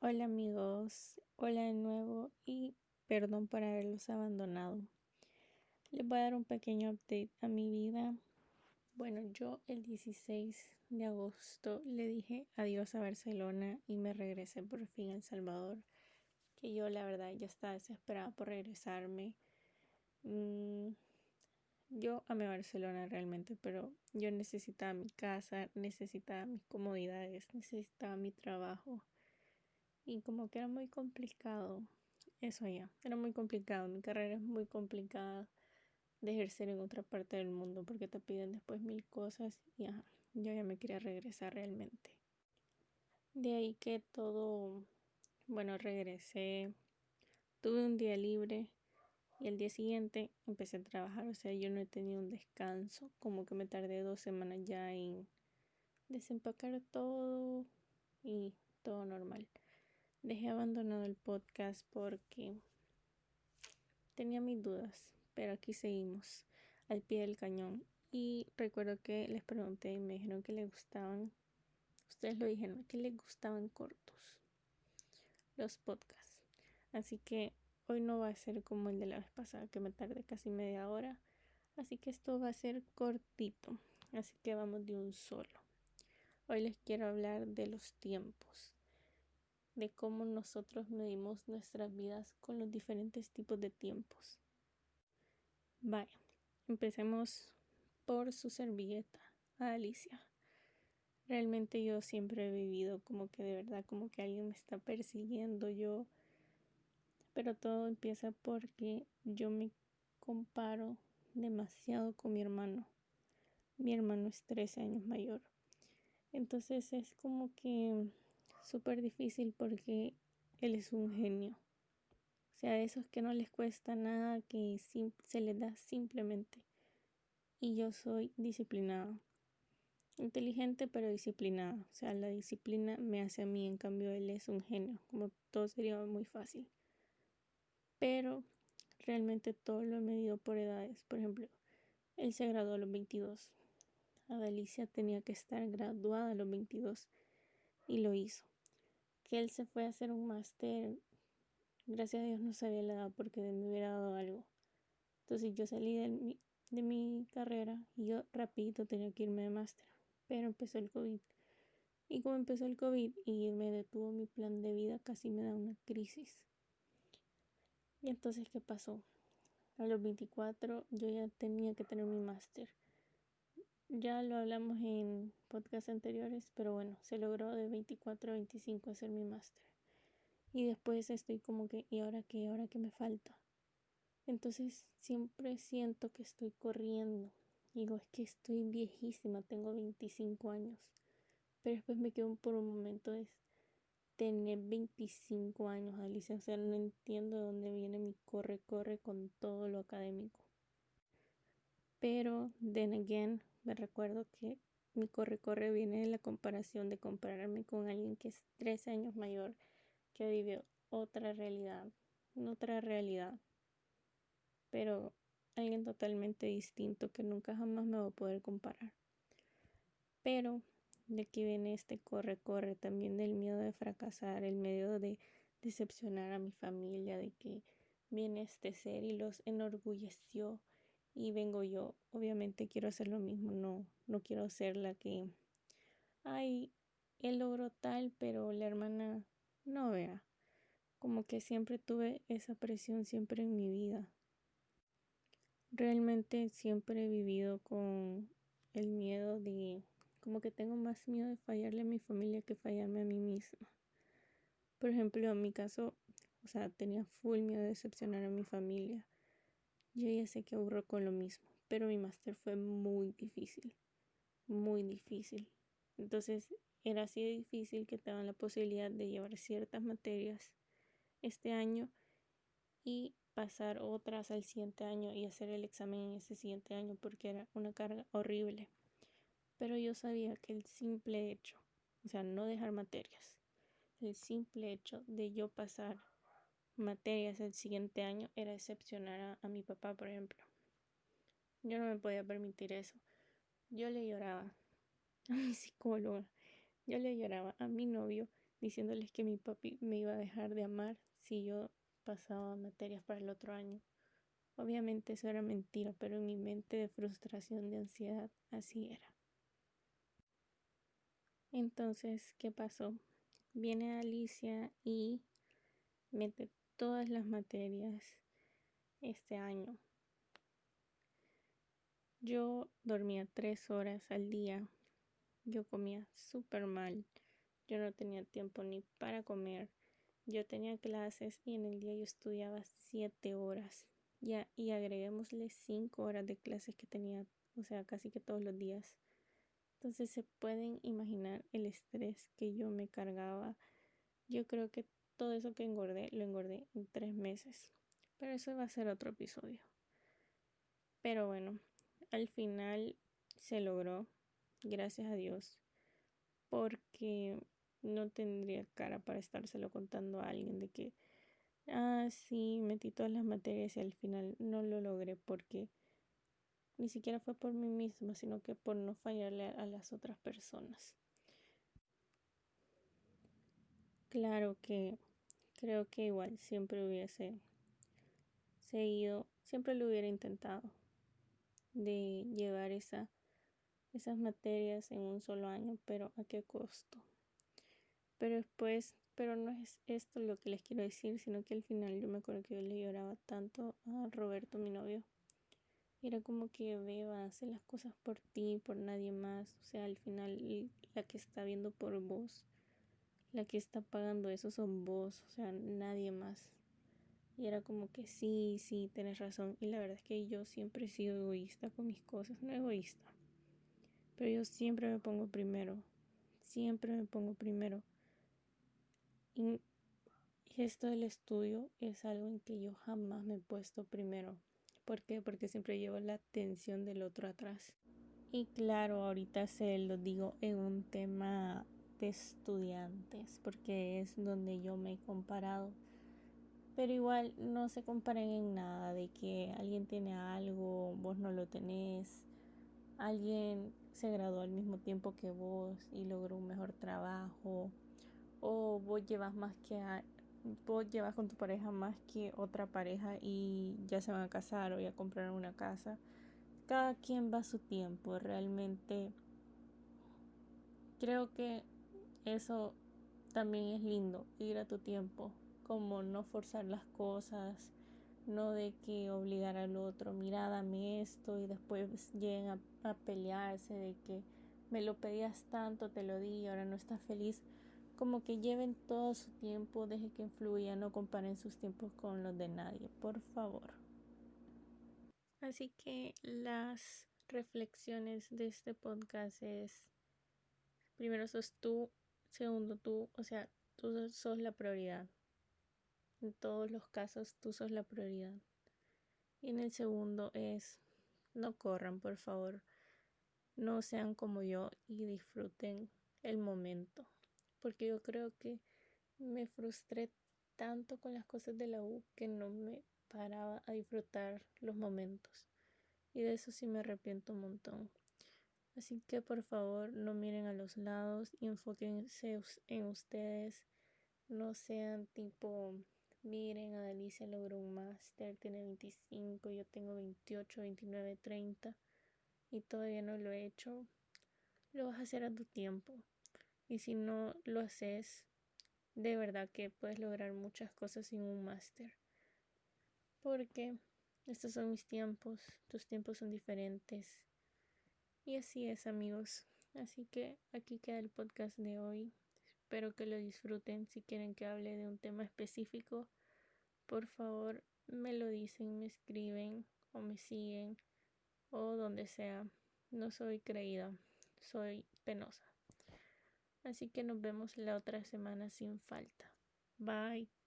Hola amigos, hola de nuevo y perdón por haberlos abandonado. Les voy a dar un pequeño update a mi vida. Bueno, yo el 16 de agosto le dije adiós a Barcelona y me regresé por fin a El Salvador, que yo la verdad ya estaba desesperada por regresarme. Yo amé Barcelona realmente, pero yo necesitaba mi casa, necesitaba mis comodidades, necesitaba mi trabajo. Y como que era muy complicado eso allá. Era muy complicado. Mi carrera es muy complicada de ejercer en otra parte del mundo porque te piden después mil cosas y ajá, yo ya me quería regresar realmente. De ahí que todo, bueno, regresé, tuve un día libre y el día siguiente empecé a trabajar. O sea, yo no he tenido un descanso, como que me tardé 2 semanas ya en desempacar todo y todo normal. Dejé abandonado el podcast porque tenía mis dudas, pero aquí seguimos al pie del cañón. Y recuerdo que les pregunté y me dijeron que les gustaban, ustedes lo dijeron, que les gustaban cortos los podcasts. Así que hoy no va a ser como el de la vez pasada, que me tardé casi media hora. Así que esto va a ser cortito. Así que vamos de un solo. Hoy les quiero hablar de los tiempos, de cómo nosotros medimos nuestras vidas con los diferentes tipos de tiempos. Vaya, empecemos por su servilleta, Alicia. Realmente yo siempre he vivido como que de verdad, como que alguien me está persiguiendo pero todo empieza porque yo me comparo demasiado con mi hermano. Mi hermano es 13 años mayor. Entonces es como que súper difícil porque él es un genio. O sea, de esos que no les cuesta nada, que se les da simplemente. Y yo soy disciplinada. Inteligente pero disciplinada. O sea, la disciplina me hace a mí, en cambio él es un genio. Como todo sería muy fácil. Pero realmente todo lo he medido por edades. Por ejemplo, él se graduó a los 22. Adelicia tenía que estar graduada a los 22 y lo hizo. Que él se fue a hacer un máster, gracias a Dios no sabía la edad porque me hubiera dado algo. Entonces yo salí de mi carrera y yo rapidito tenía que irme de máster. Pero empezó el COVID. Y como empezó el COVID y me detuvo mi plan de vida, casi me da una crisis. Y entonces, ¿qué pasó? A los 24 yo ya tenía que tener mi máster. Ya lo hablamos en podcasts anteriores, pero bueno, se logró de 24 a 25 hacer mi máster. Y después estoy como que, ¿y ahora qué? ¿Ahora qué me falta? Entonces siempre siento que estoy corriendo. Digo, es que estoy viejísima, tengo 25 años. Pero después me quedo por un momento de tener 25 años, Alicia. O sea, no entiendo de dónde viene mi corre con todo lo académico. Pero, then again, me recuerdo que mi corre viene de la comparación de compararme con alguien que es 13 años mayor, que vivió otra realidad, pero alguien totalmente distinto que nunca jamás me voy a poder comparar. Pero de aquí viene este corre también del miedo de fracasar, el miedo de decepcionar a mi familia, de que viene este ser y los enorgulleció y vengo yo. Obviamente quiero hacer lo mismo, no quiero ser la que, ay, él logró tal, pero la hermana no vea. Como que siempre tuve esa presión siempre en mi vida. Realmente siempre he vivido con el miedo de, como que tengo más miedo de fallarle a mi familia que fallarme a mí misma. Por ejemplo, en mi caso, o sea, tenía full miedo de decepcionar a mi familia. Yo ya sé que aburro con lo mismo, pero mi máster fue muy difícil, muy difícil. Entonces, era así de difícil que te daban la posibilidad de llevar ciertas materias este año y pasar otras al siguiente año y hacer el examen en ese siguiente año porque era una carga horrible. Pero yo sabía que el simple hecho, o sea, no dejar materias, el simple hecho de yo pasar materias el siguiente año era decepcionar a mi papá, por ejemplo. Yo no me podía permitir eso. Yo le lloraba a mi psicóloga, yo le lloraba a mi novio diciéndoles que mi papi me iba a dejar de amar si yo pasaba materias para el otro año. Obviamente eso era mentira, pero en mi mente de frustración, de ansiedad, así era. Entonces, ¿qué pasó? Viene Alicia y mete todas las materias este año. Yo dormía 3 horas al día. Yo comía súper mal. Yo no tenía tiempo ni para comer. Yo tenía clases y en el día yo estudiaba 7 horas. Ya, y agreguémosle 5 horas de clases que tenía, o sea, casi que todos los días. Entonces se pueden imaginar el estrés que yo me cargaba. Yo creo que todo eso que engordé, lo engordé en 3 meses. Pero eso va a ser otro episodio. Pero bueno, al final se logró, gracias a Dios, porque no tendría cara para estárselo contando a alguien de que, sí, metí todas las materias y al final no lo logré porque ni siquiera fue por mí misma, sino que por no fallarle a las otras personas. Claro que creo que igual siempre hubiese seguido, siempre lo hubiera intentado de llevar esas materias en un solo año, pero ¿a qué costo? Pero no es esto lo que les quiero decir, sino que al final yo me acuerdo que yo le lloraba tanto a Roberto, mi novio. Era como que Beba, hace las cosas por ti, por nadie más. O sea, al final la que está viendo por vos, la que está pagando eso son vos, o sea, nadie más. Y era como que sí, sí, tienes razón. Y la verdad es que yo siempre he sido egoísta con mis cosas, no egoísta. Pero yo siempre me pongo primero. Siempre me pongo primero. Y esto del estudio es algo en que yo jamás me he puesto primero. ¿Por qué? Porque siempre llevo la atención del otro atrás. Y claro, ahorita se lo digo en un tema de estudiantes, porque es donde yo me he comparado. Pero igual no se comparen en nada de que alguien tiene algo, vos no lo tenés. Alguien se graduó al mismo tiempo que vos y logró un mejor trabajo. O vos llevas con tu pareja más que otra pareja y ya se van a casar o ya compraron una casa. Cada quien va a su tiempo. Realmente creo que eso también es lindo, ir a tu tiempo, como no forzar las cosas, no de que obligar al otro, mira, dame esto y después lleguen a pelearse de que me lo pedías tanto, te lo di y ahora no estás feliz. Como que lleven todo su tiempo, deje que influya, no comparen sus tiempos con los de nadie, por favor. Así que las reflexiones de este podcast es, primero sos tú, segundo tú, o sea, tú sos la prioridad. En todos los casos tú sos la prioridad. Y en el segundo es, no corran, por favor. No sean como yo y disfruten el momento. Porque yo creo que me frustré tanto con las cosas de la U que no me paraba a disfrutar los momentos. Y de eso sí me arrepiento un montón. Así que por favor no miren a los lados y enfóquense en ustedes. No sean tipo, miren, Adelicia logró un máster, tiene 25, yo tengo 28, 29, 30 y todavía no lo he hecho. Lo vas a hacer a tu tiempo. Y si no lo haces, de verdad que puedes lograr muchas cosas sin un máster. Porque estos son mis tiempos, tus tiempos son diferentes. Y así es, amigos. Así que aquí queda el podcast de hoy. Espero que lo disfruten. Si quieren que hable de un tema específico, por favor me lo dicen, me escriben o me siguen o donde sea. No soy creída, soy penosa. Así que nos vemos la otra semana sin falta. Bye.